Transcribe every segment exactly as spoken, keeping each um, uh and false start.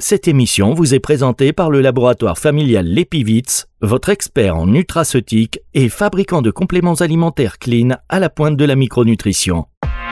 Cette émission vous est présentée par le laboratoire familial Lepivitz, votre expert en nutraceutique et fabricant de compléments alimentaires clean à la pointe de la micronutrition.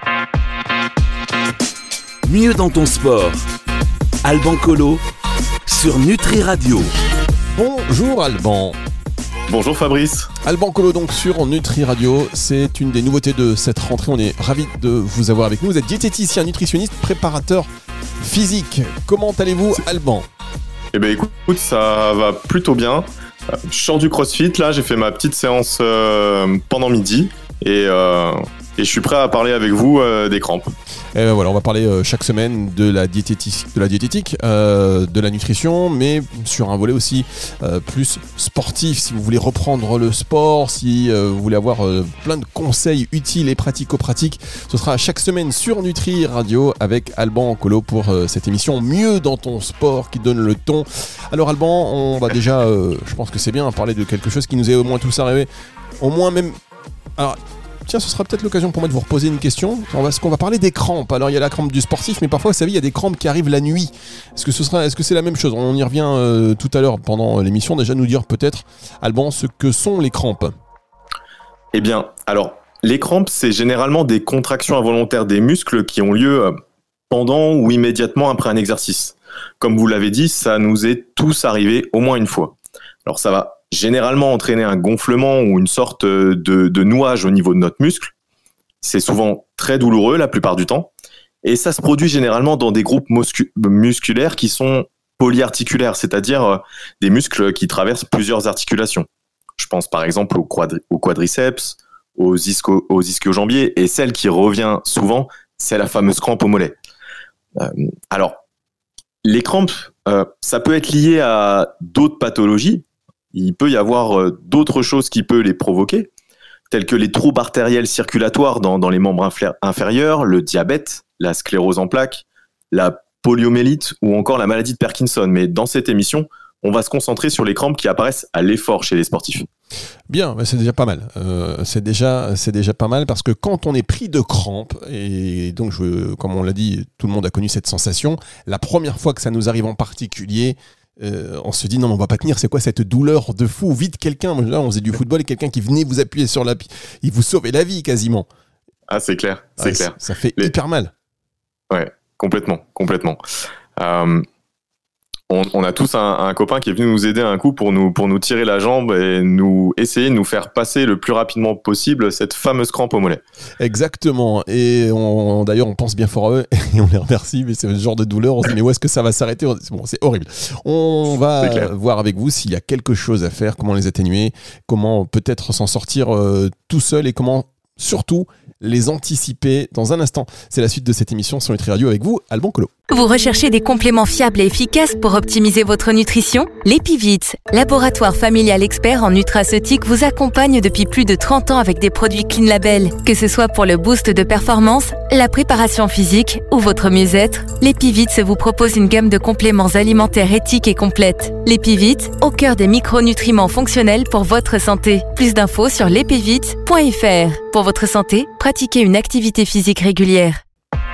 Mieux dans ton sport. Alban Colo sur Nutri Radio. Bonjour Alban. Bonjour Fabrice. Alban Colo donc sur Nutri Radio, c'est une des nouveautés de cette rentrée, on est ravis de vous avoir avec nous. Vous êtes diététicien, nutritionniste, préparateur physique. Comment allez-vous Alban ? Eh bien écoute, ça va plutôt bien. Je sors du CrossFit, là j'ai fait ma petite séance euh, pendant midi et, euh, et je suis prêt à parler avec vous euh, des crampes. Et ben voilà, on va parler euh, chaque semaine de la diététique, de la, diététique euh, de la nutrition, mais sur un volet aussi euh, plus sportif. Si vous voulez reprendre le sport, si euh, vous voulez avoir euh, plein de conseils utiles et pratico-pratiques, ce sera chaque semaine sur Nutri Radio avec Alban Colo pour euh, cette émission Mieux dans ton sport qui donne le ton. Alors Alban, on va déjà, euh, je pense que c'est bien, parler de quelque chose qui nous est au moins tous arrivé, au moins même... Alors, tiens, ce sera peut-être l'occasion pour moi de vous reposer une question. On va, qu'on va parler des crampes. Alors, il y a la crampe du sportif, mais parfois, vous savez, il y a des crampes qui arrivent la nuit. Est-ce que ce sera, est-ce que c'est la même chose ? On y revient euh, tout à l'heure pendant l'émission. Déjà, nous dire peut-être, Alban, ce que sont les crampes. Eh bien, alors, les crampes, c'est généralement des contractions involontaires des muscles qui ont lieu pendant ou immédiatement après un exercice. Comme vous l'avez dit, ça nous est tous arrivé au moins une fois. Alors, ça va généralement entraîner un gonflement ou une sorte de, de nouage au niveau de notre muscle. C'est souvent très douloureux la plupart du temps. Et ça se produit généralement dans des groupes muscu- musculaires qui sont polyarticulaires, c'est-à-dire des muscles qui traversent plusieurs articulations. Je pense par exemple au, quadri- au quadriceps, aux, ischo- aux ischio-jambiers, et celle qui revient souvent, c'est la fameuse crampe au mollet. Euh, alors, les crampes, euh, ça peut être lié à d'autres pathologies. Il peut y avoir euh, d'autres choses qui peuvent les provoquer, telles que les troubles artériels circulatoires dans, dans les membres infla- inférieurs, le diabète, la sclérose en plaques, la poliomyélite ou encore la maladie de Parkinson. Mais dans cette émission, on va se concentrer sur les crampes qui apparaissent à l'effort chez les sportifs. Bien, c'est déjà pas mal. Euh, c'est déjà, c'est déjà pas mal parce que quand on est pris de crampes, et donc je, comme on l'a dit, tout le monde a connu cette sensation, la première fois que ça nous arrive en particulier, Euh, on se dit non mais on va pas tenir, c'est quoi cette douleur de fou, vite quelqu'un, là on faisait du football et quelqu'un qui venait vous appuyer sur la, il vous sauvait la vie quasiment. Ah c'est clair, c'est ah, clair. Ça fait Les... hyper mal. Ouais, complètement, complètement. Euh, on, on a tous un, un copain qui est venu nous aider un coup pour nous, pour nous tirer la jambe et nous essayer de nous faire passer le plus rapidement possible cette fameuse crampe au mollet. Exactement, et on, d'ailleurs on pense bien fort à eux et on les remercie, mais c'est ce genre de douleur, on se dit mais où est-ce que ça va s'arrêter ? Bon, c'est horrible. On va voir avec vous s'il y a quelque chose à faire, comment les atténuer, comment peut-être s'en sortir euh, tout seul et comment surtout les anticiper dans un instant. C'est la suite de cette émission sur Nutri Radio avec vous, Alban Colo. Vous recherchez des compléments fiables et efficaces pour optimiser votre nutrition ? Lepivitz, laboratoire familial expert en nutraceutique, vous accompagne depuis plus de trente ans avec des produits Clean Label. Que ce soit pour le boost de performance, la préparation physique ou votre mieux-être, Lepivitz vous propose une gamme de compléments alimentaires éthiques et complètes. Lepivitz, au cœur des micronutriments fonctionnels pour votre santé. Plus d'infos sur lepivitz point f r. Pour votre santé, pratiquez une activité physique régulière.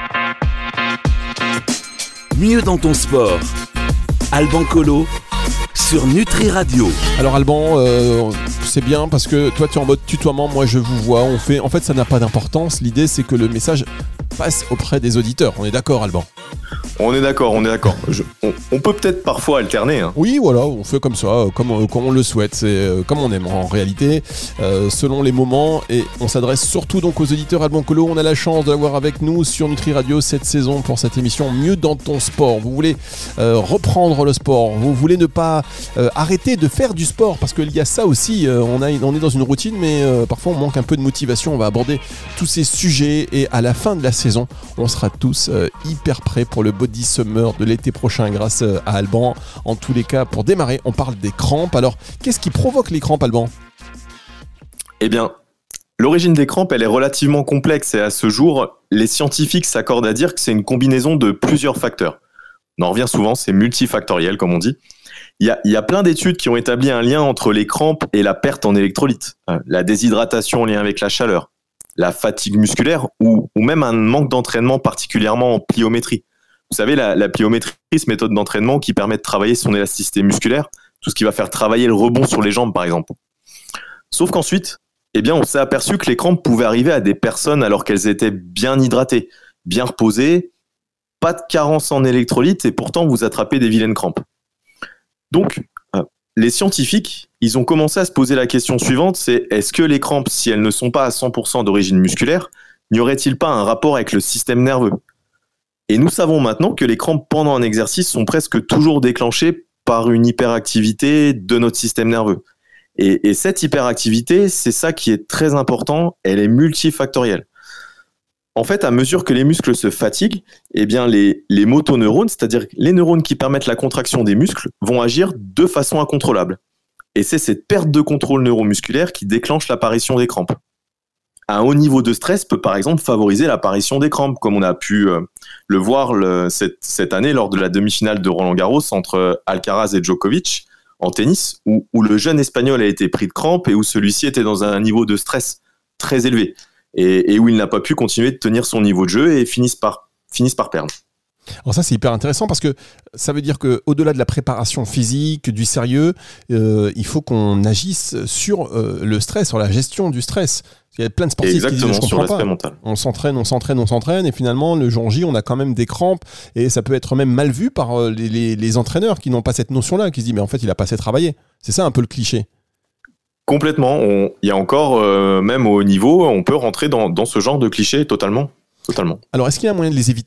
Mieux dans ton sport. Alban Colo sur Nutri Radio. Alors Alban, euh, c'est bien parce que toi tu es en mode tutoiement, moi je vous vois, on fait. En fait ça n'a pas d'importance, l'idée c'est que le message passe auprès des auditeurs. On est d'accord Alban ? On est d'accord, on est d'accord. Je, on, on peut peut-être parfois alterner. Hein. Oui, voilà, on fait comme ça, comme on, comme on le souhaite, c'est euh, comme on aime en réalité, euh, selon les moments. Et on s'adresse surtout donc aux auditeurs Alban Colo. On a la chance de l'avoir avec nous sur Nutri Radio cette saison pour cette émission Mieux dans ton sport. Vous voulez euh, reprendre le sport, vous voulez ne pas euh, arrêter de faire du sport parce qu'il y a ça aussi. Euh, on, a, on est dans une routine, mais euh, parfois on manque un peu de motivation. On va aborder tous ces sujets et à la fin de la saison, on sera tous euh, hyper prêts pour le Body Summer de l'été prochain grâce à Alban. En tous les cas, pour démarrer, on parle des crampes. Alors, qu'est-ce qui provoque les crampes, Alban ? Eh bien, l'origine des crampes, elle est relativement complexe et à ce jour, les scientifiques s'accordent à dire que c'est une combinaison de plusieurs facteurs. On en revient souvent, c'est multifactoriel comme on dit. Il y a, il y a plein d'études qui ont établi un lien entre les crampes et la perte en électrolytes, la déshydratation en lien avec la chaleur, la fatigue musculaire ou, ou même un manque d'entraînement particulièrement en pliométrie. Vous savez, la, la pliométrie, cette méthode d'entraînement qui permet de travailler son élasticité musculaire, tout ce qui va faire travailler le rebond sur les jambes, par exemple. Sauf qu'ensuite, eh bien, on s'est aperçu que les crampes pouvaient arriver à des personnes alors qu'elles étaient bien hydratées, bien reposées, pas de carence en électrolytes, et pourtant vous attrapez des vilaines crampes. Donc, euh, les scientifiques, ils ont commencé à se poser la question suivante, c'est est-ce que les crampes, si elles ne sont pas à cent pour cent d'origine musculaire, n'y aurait-il pas un rapport avec le système nerveux ? Et nous savons maintenant que les crampes pendant un exercice sont presque toujours déclenchées par une hyperactivité de notre système nerveux. Et, et cette hyperactivité, c'est ça qui est très important, elle est multifactorielle. En fait, à mesure que les muscles se fatiguent, eh bien les, les motoneurones, c'est-à-dire les neurones qui permettent la contraction des muscles, vont agir de façon incontrôlable. Et c'est cette perte de contrôle neuromusculaire qui déclenche l'apparition des crampes. Un haut niveau de stress peut par exemple favoriser l'apparition des crampes, comme on a pu euh, le voir le, cette, cette année lors de la demi-finale de Roland-Garros entre Alcaraz et Djokovic en tennis, où, où le jeune Espagnol a été pris de crampes et où celui-ci était dans un niveau de stress très élevé. Et, et où il n'a pas pu continuer de tenir son niveau de jeu et finissent par, finissent par perdre. Alors ça, c'est hyper intéressant parce que ça veut dire qu'au-delà de la préparation physique, du sérieux, euh, il faut qu'on agisse sur euh, le stress, sur la gestion du stress. Il y a plein de sportifs Exactement, qui disent, je sur comprends l'aspect pas. mental. On s'entraîne, on s'entraîne, on s'entraîne et finalement, le jour J, on a quand même des crampes et ça peut être même mal vu par les, les, les entraîneurs qui n'ont pas cette notion-là, qui se disent, mais en fait, il a pas assez travaillé. C'est ça un peu le cliché. Complètement. Il y a encore, euh, même au haut niveau, on peut rentrer dans, dans ce genre de cliché totalement. totalement. Alors, est-ce qu'il y a un moyen de les éviter ?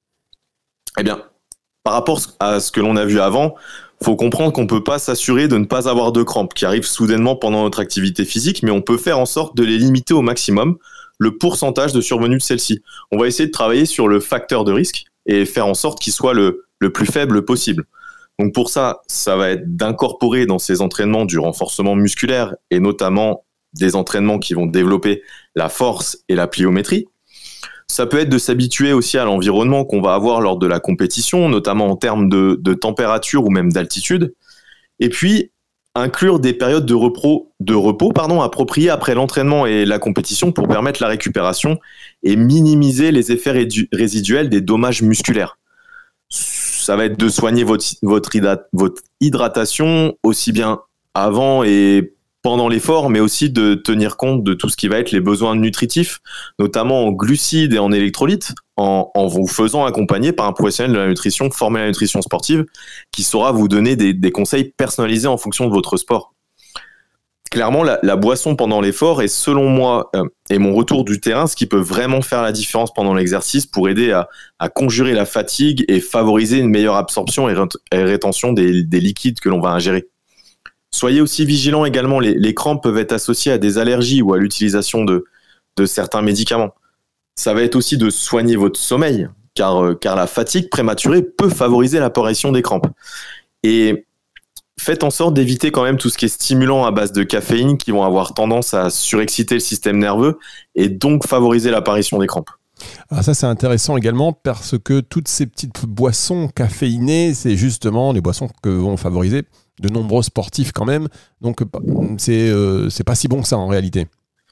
Eh bien, par rapport à ce que l'on a vu avant, il faut comprendre qu'on ne peut pas s'assurer de ne pas avoir de crampes qui arrivent soudainement pendant notre activité physique, mais on peut faire en sorte de les limiter au maximum, le pourcentage de survenue de celles-ci. On va essayer de travailler sur le facteur de risque et faire en sorte qu'il soit le, le plus faible possible. Donc pour ça, ça va être d'incorporer dans ces entraînements du renforcement musculaire et notamment des entraînements qui vont développer la force et la pliométrie. Ça peut être de s'habituer aussi à l'environnement qu'on va avoir lors de la compétition, notamment en termes de, de température ou même d'altitude. Et puis, inclure des périodes de repos, de repos pardon, appropriées après l'entraînement et la compétition pour permettre la récupération et minimiser les effets rédu- résiduels des dommages musculaires. Ça va être de soigner votre, votre, hydrat- votre hydratation aussi bien avant et pendant l'effort, mais aussi de tenir compte de tout ce qui va être les besoins nutritifs, notamment en glucides et en électrolytes, en, en vous faisant accompagner par un professionnel de la nutrition formé à la nutrition sportive qui saura vous donner des, des conseils personnalisés en fonction de votre sport. Clairement, la, la boisson pendant l'effort est, selon moi, euh, et mon retour du terrain, ce qui peut vraiment faire la différence pendant l'exercice pour aider à, à conjurer la fatigue et favoriser une meilleure absorption et, ré- et rétention des, des liquides que l'on va ingérer. Soyez aussi vigilants également, les, les crampes peuvent être associées à des allergies ou à l'utilisation de, de certains médicaments. Ça va être aussi de soigner votre sommeil, car, euh, car la fatigue prématurée peut favoriser l'apparition des crampes. Et faites en sorte d'éviter quand même tout ce qui est stimulant à base de caféine qui vont avoir tendance à surexciter le système nerveux et donc favoriser l'apparition des crampes. Ah, ça c'est intéressant également parce que toutes ces petites boissons caféinées, c'est justement les boissons que vont favoriser de nombreux sportifs quand même, donc c'est, euh, c'est pas si bon que ça en réalité.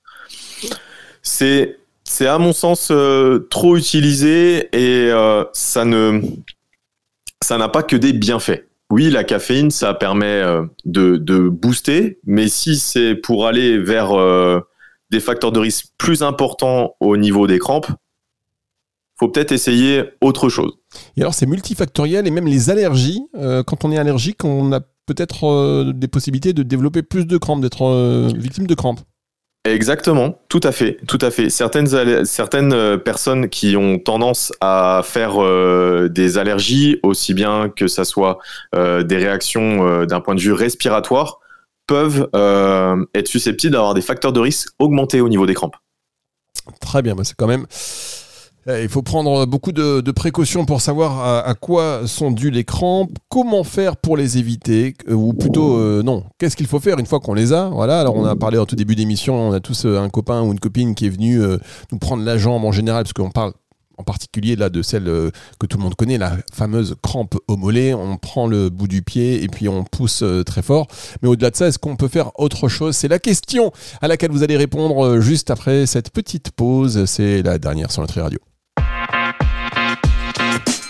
C'est, c'est à mon sens euh, trop utilisé et euh, ça, ne, ça n'a pas que des bienfaits. Oui, la caféine, ça permet euh, de, de booster, mais si c'est pour aller vers euh, des facteurs de risque plus importants au niveau des crampes, faut peut-être essayer autre chose. Et alors c'est multifactoriel et même les allergies, euh, quand on est allergique, on a peut-être euh, des possibilités de développer plus de crampes, d'être euh, victime de crampes. Exactement, tout à fait, tout à fait. Certaines, certaines personnes qui ont tendance à faire euh, des allergies, aussi bien que ça soit euh, des réactions euh, d'un point de vue respiratoire, peuvent euh, être susceptibles d'avoir des facteurs de risque augmentés au niveau des crampes. Très bien, bah c'est quand même... Il faut prendre beaucoup de, de précautions pour savoir à, à quoi sont dues les crampes, comment faire pour les éviter, ou plutôt euh, non, qu'est-ce qu'il faut faire une fois qu'on les a. Voilà, alors on a parlé au tout début d'émission, on a tous un copain ou une copine qui est venu euh, nous prendre la jambe en général, parce qu'on parle en particulier là de celle euh, que tout le monde connaît, la fameuse crampe au mollet. On prend le bout du pied et puis on pousse euh, très fort. Mais au-delà de ça, est-ce qu'on peut faire autre chose ? C'est la question à laquelle vous allez répondre euh, juste après cette petite pause. C'est la dernière sur Nutri Radio.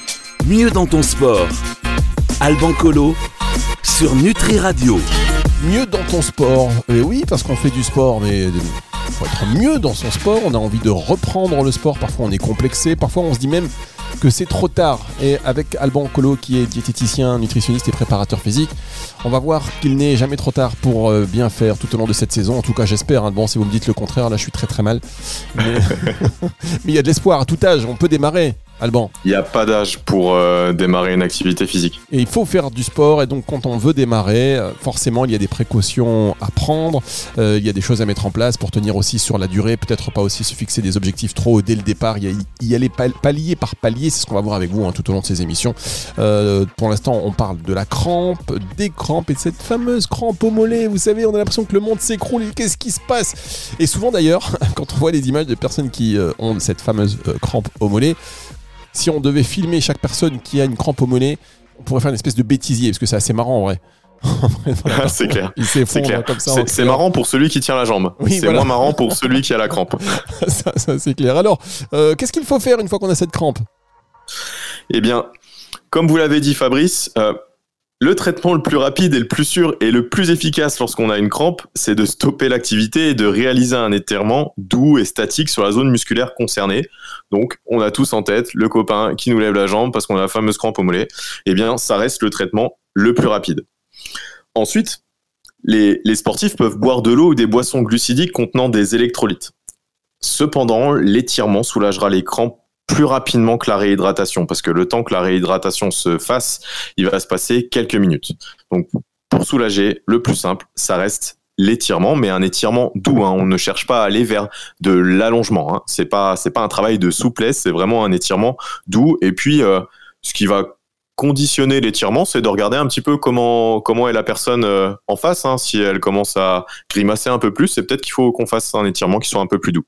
Mieux dans ton sport. Alban Colo sur Nutri Radio. Mieux dans ton sport. Et oui, parce qu'on fait du sport, mais faut être mieux dans son sport. On a envie de reprendre le sport. Parfois, on est complexé. Parfois, on se dit même que c'est trop tard. Et avec Alban Colo, qui est diététicien, nutritionniste et préparateur physique, on va voir qu'il n'est jamais trop tard pour bien faire tout au long de cette saison. En tout cas, j'espère. Hein. Bon, si vous me dites le contraire, là, je suis très très mal. Mais il y a de l'espoir à tout âge. On peut démarrer. Alban. Il n'y a pas d'âge pour euh, démarrer une activité physique. Et il faut faire du sport, et donc quand on veut démarrer, euh, forcément il y a des précautions à prendre, euh, il y a des choses à mettre en place pour tenir aussi sur la durée, peut-être pas aussi se fixer des objectifs trop hauts dès le départ, il y, a, il y aller palier par palier, c'est ce qu'on va voir avec vous hein, tout au long de ces émissions. Euh, pour l'instant on parle de la crampe, des crampes et de cette fameuse crampe au mollet, vous savez on a l'impression que le monde s'écroule, et qu'est-ce qui se passe? Et souvent d'ailleurs, quand on voit les images de personnes qui euh, ont cette fameuse euh, crampe au mollet, si on devait filmer chaque personne qui a une crampe au mollet, on pourrait faire une espèce de bêtisier, parce que c'est assez marrant en vrai. C'est clair. Il c'est clair. Comme ça c'est, c'est marrant pour celui qui tient la jambe. Oui, c'est voilà. Moins marrant pour celui qui a la crampe. ça, ça, c'est clair. Alors, euh, qu'est-ce qu'il faut faire une fois qu'on a cette crampe? Eh bien, comme vous l'avez dit Fabrice, euh, le traitement le plus rapide et le plus sûr et le plus efficace lorsqu'on a une crampe, c'est de stopper l'activité et de réaliser un étirement doux et statique sur la zone musculaire concernée. Donc, on a tous en tête le copain qui nous lève la jambe parce qu'on a la fameuse crampe au mollet. Eh bien, ça reste le traitement le plus rapide. Ensuite, les, les sportifs peuvent boire de l'eau ou des boissons glucidiques contenant des électrolytes. Cependant, l'étirement soulagera les crampes plus rapidement que la réhydratation, parce que le temps que la réhydratation se fasse, il va se passer quelques minutes. Donc, pour soulager, le plus simple, ça reste l'étirement, mais un étirement doux. Hein. On ne cherche pas à aller vers de l'allongement. Hein. C'est pas, c'est pas un travail de souplesse, c'est vraiment un étirement doux. Et puis, euh, ce qui va conditionner l'étirement, c'est de regarder un petit peu comment comment est la personne euh, en face. Hein. Si elle commence à grimacer un peu plus, c'est peut-être qu'il faut qu'on fasse un étirement qui soit un peu plus doux.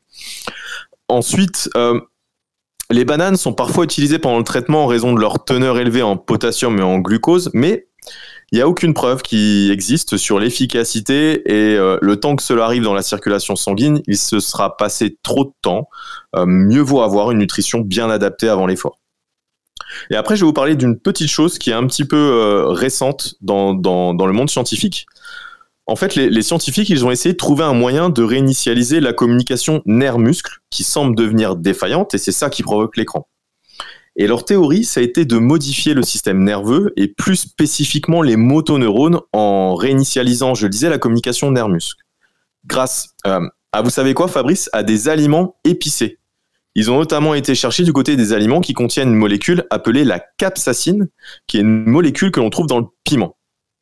Ensuite, euh, les bananes sont parfois utilisées pendant le traitement en raison de leur teneur élevée en potassium et en glucose, mais il n'y a aucune preuve qui existe sur l'efficacité et euh, le temps que cela arrive dans la circulation sanguine, il se sera passé trop de temps. Euh, mieux vaut avoir une nutrition bien adaptée avant l'effort. Et après, je vais vous parler d'une petite chose qui est un petit peu euh, récente dans, dans, dans le monde scientifique. En fait, les, les scientifiques, ils ont essayé de trouver un moyen de réinitialiser la communication nerf-muscle qui semble devenir défaillante et c'est ça qui provoque les crampes. Et leur théorie, ça a été de modifier le système nerveux et plus spécifiquement les motoneurones en réinitialisant, je le disais, la communication nerf-muscle. Grâce euh, à, vous savez quoi, Fabrice, à des aliments épicés. Ils ont notamment été chercher du côté des aliments qui contiennent une molécule appelée la capsaïcine, qui est une molécule que l'on trouve dans le piment.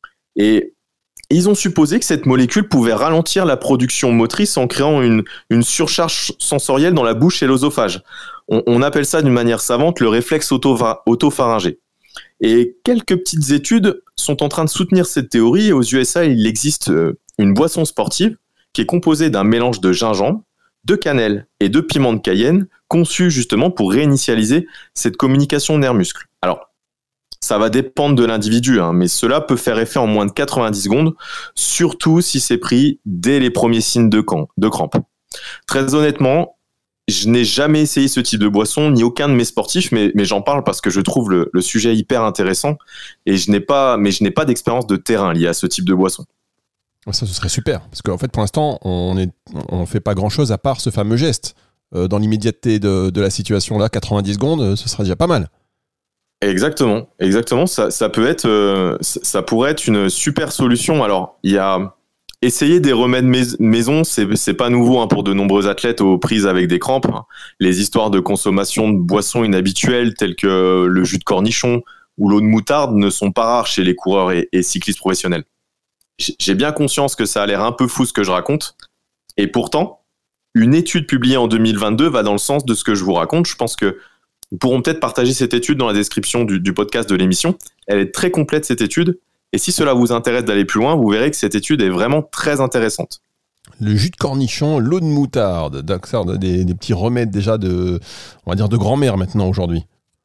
Et ils ont supposé que cette molécule pouvait ralentir la production motrice en créant une, une surcharge sensorielle dans la bouche et l'œsophage. On, on appelle ça d'une manière savante le réflexe autopharyngé. Et quelques petites études sont en train de soutenir cette théorie. Et aux U S A, il existe une boisson sportive qui est composée d'un mélange de gingembre, de cannelle et de piment de Cayenne, conçue justement pour réinitialiser cette communication nerf-muscle. Alors, ça va dépendre de l'individu, hein, mais cela peut faire effet en moins de quatre-vingt-dix secondes, surtout si c'est pris dès les premiers signes de, camp, de crampe. Très honnêtement, je n'ai jamais essayé ce type de boisson, ni aucun de mes sportifs, mais, mais j'en parle parce que je trouve le, le sujet hyper intéressant, et je n'ai pas, mais je n'ai pas d'expérience de terrain liée à ce type de boisson. Ça, ce serait super, parce qu'en fait, pour l'instant, on ne on fait pas grand-chose à part ce fameux geste. Euh, dans l'immédiateté de, de la situation, là, quatre-vingt-dix secondes, ce sera déjà pas mal. Exactement, exactement. Ça, ça peut être, euh, ça pourrait être une super solution. Alors, il y a essayer des remèdes mais- maison, c'est, c'est pas nouveau hein, pour de nombreux athlètes aux prises avec des crampes. Hein. Les histoires de consommation de boissons inhabituelles telles que le jus de cornichon ou l'eau de moutarde ne sont pas rares chez les coureurs et, et cyclistes professionnels. J'ai bien conscience que ça a l'air un peu fou ce que je raconte, et pourtant, une étude publiée en deux mille vingt-deux va dans le sens de ce que je vous raconte. Je pense que nous pourrons peut-être partager cette étude dans la description du, du podcast de l'émission. Elle est très complète, cette étude, et si cela vous intéresse d'aller plus loin, vous verrez que cette étude est vraiment très intéressante. Le jus de cornichon, l'eau de moutarde, des, des petits remèdes déjà de, on va dire de grand-mère maintenant aujourd'hui.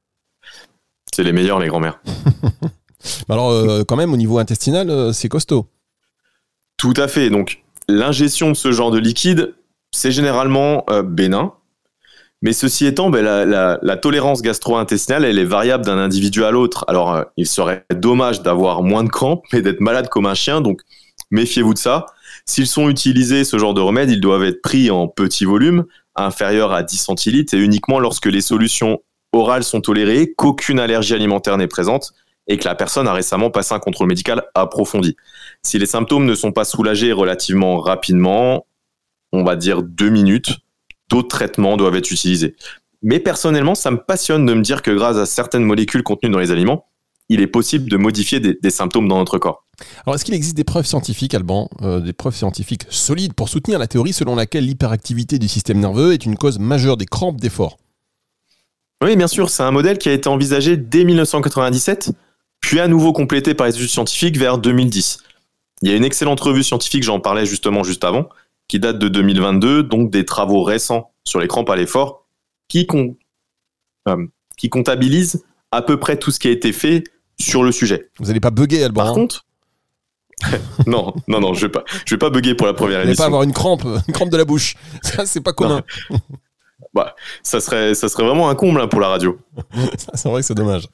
C'est les meilleurs, les grand-mères. Alors, euh, quand même, au niveau intestinal, euh, c'est costaud. Tout à fait. Donc, l'ingestion de ce genre de liquide, c'est généralement euh, bénin, Mais ceci étant, ben, la, la, la tolérance gastro-intestinale, elle est variable d'un individu à l'autre. Alors, euh, il serait dommage d'avoir moins de crampes, mais d'être malade comme un chien, donc méfiez-vous de ça. S'ils sont utilisés, ce genre de remèdes, ils doivent être pris en petits volumes, inférieurs à dix centilitres, et uniquement lorsque les solutions orales sont tolérées, qu'aucune allergie alimentaire n'est présente, et que la personne a récemment passé un contrôle médical approfondi. Si les symptômes ne sont pas soulagés relativement rapidement, on va dire deux minutes, d'autres traitements doivent être utilisés. Mais personnellement, ça me passionne de me dire que grâce à certaines molécules contenues dans les aliments, il est possible de modifier des, des symptômes dans notre corps. Alors, est-ce qu'il existe des preuves scientifiques, Alban, euh, des preuves scientifiques solides pour soutenir la théorie selon laquelle l'hyperactivité du système nerveux est une cause majeure des crampes d'effort ? Oui, bien sûr, c'est un modèle qui a été envisagé dès dix-neuf cent quatre-vingt-dix-sept, puis à nouveau complété par les études scientifiques vers deux mille dix. Il y a une excellente revue scientifique, j'en parlais justement juste avant, qui date de deux mille vingt-deux, donc des travaux récents sur les crampes à l'effort, qui, con, euh, qui comptabilisent à peu près tout ce qui a été fait sur le sujet. Vous n'allez pas bugger, Alban. Par hein contre, non, non, non, je vais pas, je vais pas bugger pour la première Vous n'allez émission. pas avoir une crampe, une crampe de la bouche. Ça, c'est pas commun. Bah, ça serait, ça serait vraiment un comble hein, pour la radio. Ça, c'est vrai que c'est dommage.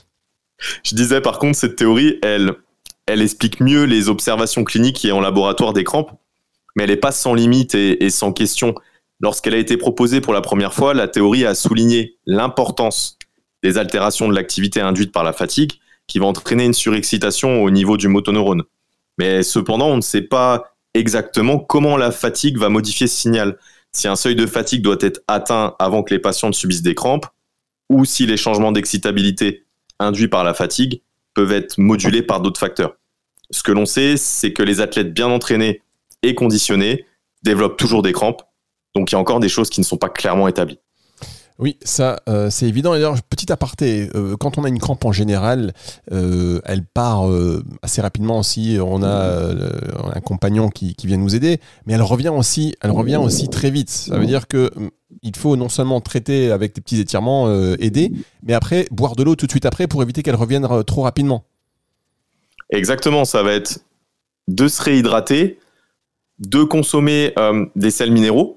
Je disais par contre, cette théorie, elle, elle explique mieux les observations cliniques et en laboratoire des crampes, mais elle n'est pas sans limite et, et sans question. Lorsqu'elle a été proposée pour la première fois, la théorie a souligné l'importance des altérations de l'activité induite par la fatigue qui va entraîner une surexcitation au niveau du motoneurone. Mais cependant, on ne sait pas exactement comment la fatigue va modifier ce signal. Si un seuil de fatigue doit être atteint avant que les patients ne subissent des crampes, ou si les changements d'excitabilité induits par la fatigue peuvent être modulés par d'autres facteurs. Ce que l'on sait, c'est que les athlètes bien entraînés et conditionnés développent toujours des crampes, donc il y a encore des choses qui ne sont pas clairement établies. Oui, ça, euh, c'est évident. Et d'ailleurs, petit aparté, euh, quand on a une crampe en général, euh, elle part euh, assez rapidement aussi. On a euh, un compagnon qui, qui vient nous aider, mais elle revient aussi, elle revient aussi très vite. Ça veut dire que il faut non seulement traiter avec des petits étirements, euh, aider, mais après boire de l'eau tout de suite après pour éviter qu'elle revienne trop rapidement. Exactement, ça va être de se réhydrater, de consommer euh, des sels minéraux,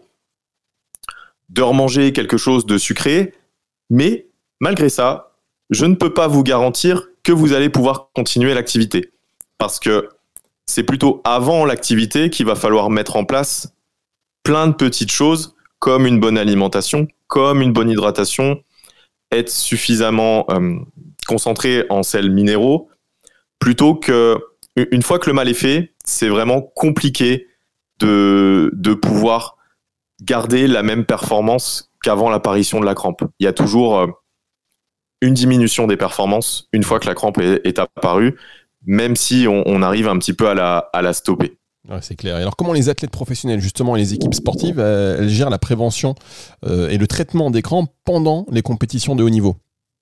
de remanger quelque chose de sucré, mais malgré ça, je ne peux pas vous garantir que vous allez pouvoir continuer l'activité. Parce que c'est plutôt avant l'activité qu'il va falloir mettre en place plein de petites choses, comme une bonne alimentation, comme une bonne hydratation, être suffisamment euh, concentré en sels minéraux, plutôt que, une fois que le mal est fait, c'est vraiment compliqué de, de pouvoir garder la même performance qu'avant l'apparition de la crampe. Il y a toujours euh, une diminution des performances une fois que la crampe est, est apparue, même si on, on arrive un petit peu à la, à la stopper. Ouais, c'est clair. Et alors, comment les athlètes professionnels, justement, et les équipes sportives, euh, elles gèrent la prévention euh, et le traitement des crampes pendant les compétitions de haut niveau ?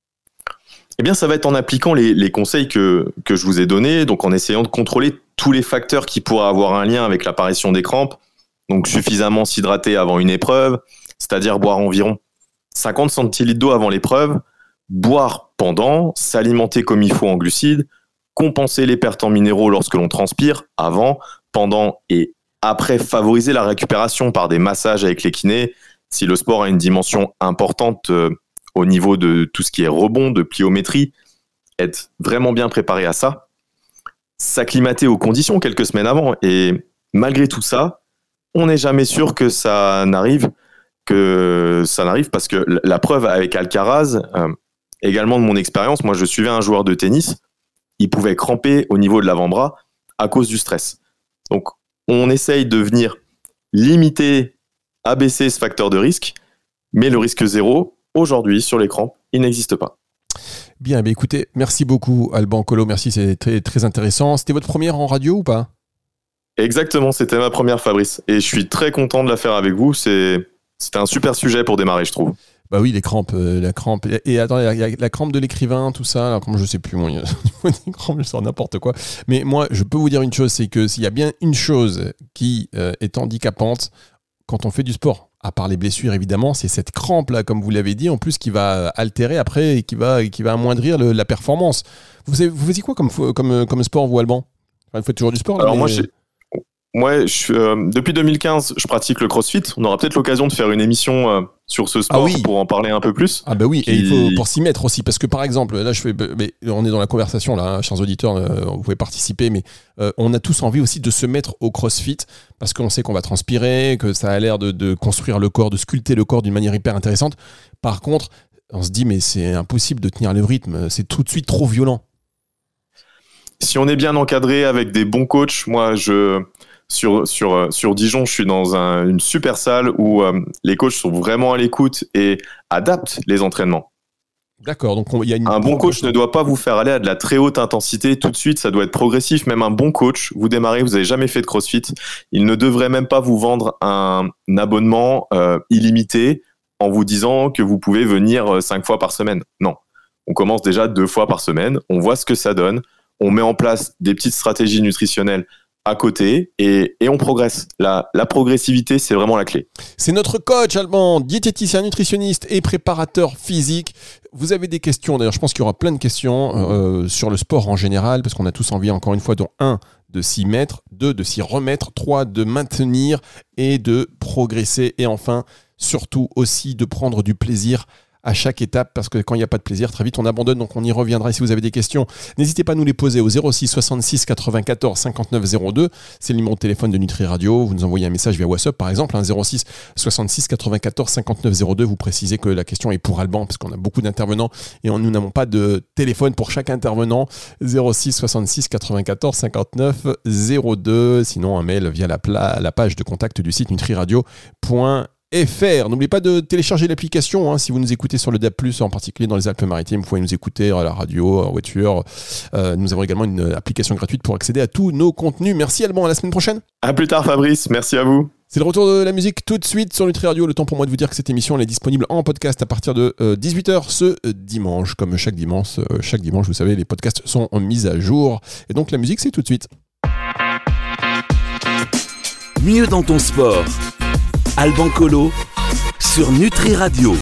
Eh bien, ça va être en appliquant les, les conseils que, que je vous ai donnés, donc en essayant de contrôler tous les facteurs qui pourraient avoir un lien avec l'apparition des crampes. Donc suffisamment s'hydrater avant une épreuve, c'est-à-dire boire environ cinquante centilitres d'eau avant l'épreuve, boire pendant, s'alimenter comme il faut en glucides, compenser les pertes en minéraux lorsque l'on transpire, avant, pendant et après favoriser la récupération par des massages avec les kinés, si le sport a une dimension importante euh, au niveau de tout ce qui est rebond, de pliométrie, être vraiment bien préparé à ça, s'acclimater aux conditions quelques semaines avant, et malgré tout ça, on n'est jamais sûr que ça n'arrive, que ça n'arrive parce que la preuve avec Alcaraz, euh, également de mon expérience, moi je suivais un joueur de tennis, il pouvait cramper au niveau de l'avant-bras à cause du stress. Donc on essaye de venir limiter, abaisser ce facteur de risque, mais le risque zéro, aujourd'hui sur les crampes, il n'existe pas. Bien, bien écoutez, merci beaucoup Alban Collot, merci, c'est très, très intéressant. C'était votre première en radio ou pas ? Exactement, c'était ma première, Fabrice. Et je suis très content de la faire avec vous. C'est, c'était un super sujet pour démarrer, je trouve. Bah oui, les crampes, euh, la crampe. Et attendez, il y a la crampe de l'écrivain, tout ça. Alors, comme je sais plus, moi, il y a des crampes, je sors n'importe quoi. Mais moi, je peux vous dire une chose, c'est que s'il y a bien une chose qui euh, est handicapante quand on fait du sport, à part les blessures évidemment, c'est cette crampe-là, comme vous l'avez dit, en plus qui va altérer après et qui va, qui va amoindrir le, la performance. Vous, avez, vous faisiez quoi comme, comme, comme sport, vous, Alban ? Enfin, vous faites toujours du sport là, Alors mais... moi, j'ai... Ouais, je, euh, depuis deux mille quinze, je pratique le CrossFit. On aura peut-être l'occasion de faire une émission euh, sur ce sport ah oui. pour en parler un peu plus. Ah bah oui, qui... et il faut pour s'y mettre aussi, parce que par exemple, là je fais, mais on est dans la conversation là, hein, chers auditeurs, euh, vous pouvez participer, mais euh, on a tous envie aussi de se mettre au CrossFit parce qu'on sait qu'on va transpirer, que ça a l'air de, de construire le corps, de sculpter le corps d'une manière hyper intéressante. Par contre, on se dit mais c'est impossible de tenir le rythme, c'est tout de suite trop violent. Si on est bien encadré avec des bons coachs, moi je sur sur sur Dijon, je suis dans un, une super salle où euh, les coachs sont vraiment à l'écoute et adaptent les entraînements. D'accord, donc il y a une... Un bon coach ne doit pas vous faire aller à de la très haute intensité tout de suite, ça doit être progressif. Même un bon coach, vous démarrez, vous n'avez jamais fait de CrossFit, il ne devrait même pas vous vendre un, un abonnement euh, illimité en vous disant que vous pouvez venir cinq fois par semaine. Non, on commence déjà deux fois par semaine, on voit ce que ça donne, on met en place des petites stratégies nutritionnelles à côté et, et on progresse. La, la progressivité, c'est vraiment la clé. C'est notre coach Alban, diététicien, nutritionniste et préparateur physique. Vous avez des questions, d'ailleurs je pense qu'il y aura plein de questions euh, sur le sport en général, parce qu'on a tous envie, encore une fois, dont un, de s'y mettre, deux, de s'y remettre, trois, de maintenir et de progresser, et enfin, surtout aussi de prendre du plaisir à chaque étape, parce que quand il n'y a pas de plaisir, très vite on abandonne, donc on y reviendra. Et si vous avez des questions, n'hésitez pas à nous les poser au zéro six soixante-six quatre-vingt-quatorze cinquante-neuf zéro deux, c'est le numéro de téléphone de Nutri Radio. Vous nous envoyez un message via WhatsApp par exemple, hein, zéro six soixante-six quatre-vingt-quatorze cinquante-neuf zéro deux, vous précisez que la question est pour Alban, parce qu'on a beaucoup d'intervenants et on, nous n'avons pas de téléphone pour chaque intervenant. Zéro six soixante-six quatre-vingt-quatorze cinquante-neuf zéro deux, sinon un mail via la, pla- la page de contact du site nutriradio point F R. N'oubliez pas de télécharger l'application, hein, si vous nous écoutez sur le D A B plus, en particulier dans les Alpes-Maritimes, vous pouvez nous écouter à la radio, en voiture. Euh, nous avons également une application gratuite pour accéder à tous nos contenus. Merci Alban, à la semaine prochaine. À plus tard Fabrice, merci à vous. C'est le retour de la musique tout de suite sur Nutri Radio. Le temps pour moi de vous dire que cette émission elle est disponible en podcast à partir de euh, dix-huit heures ce euh, dimanche. Comme chaque dimanche, euh, chaque dimanche, vous savez, les podcasts sont mis à jour. Et donc la musique, c'est tout de suite. Mieux dans ton sport. Alban Colo sur Nutri Radio.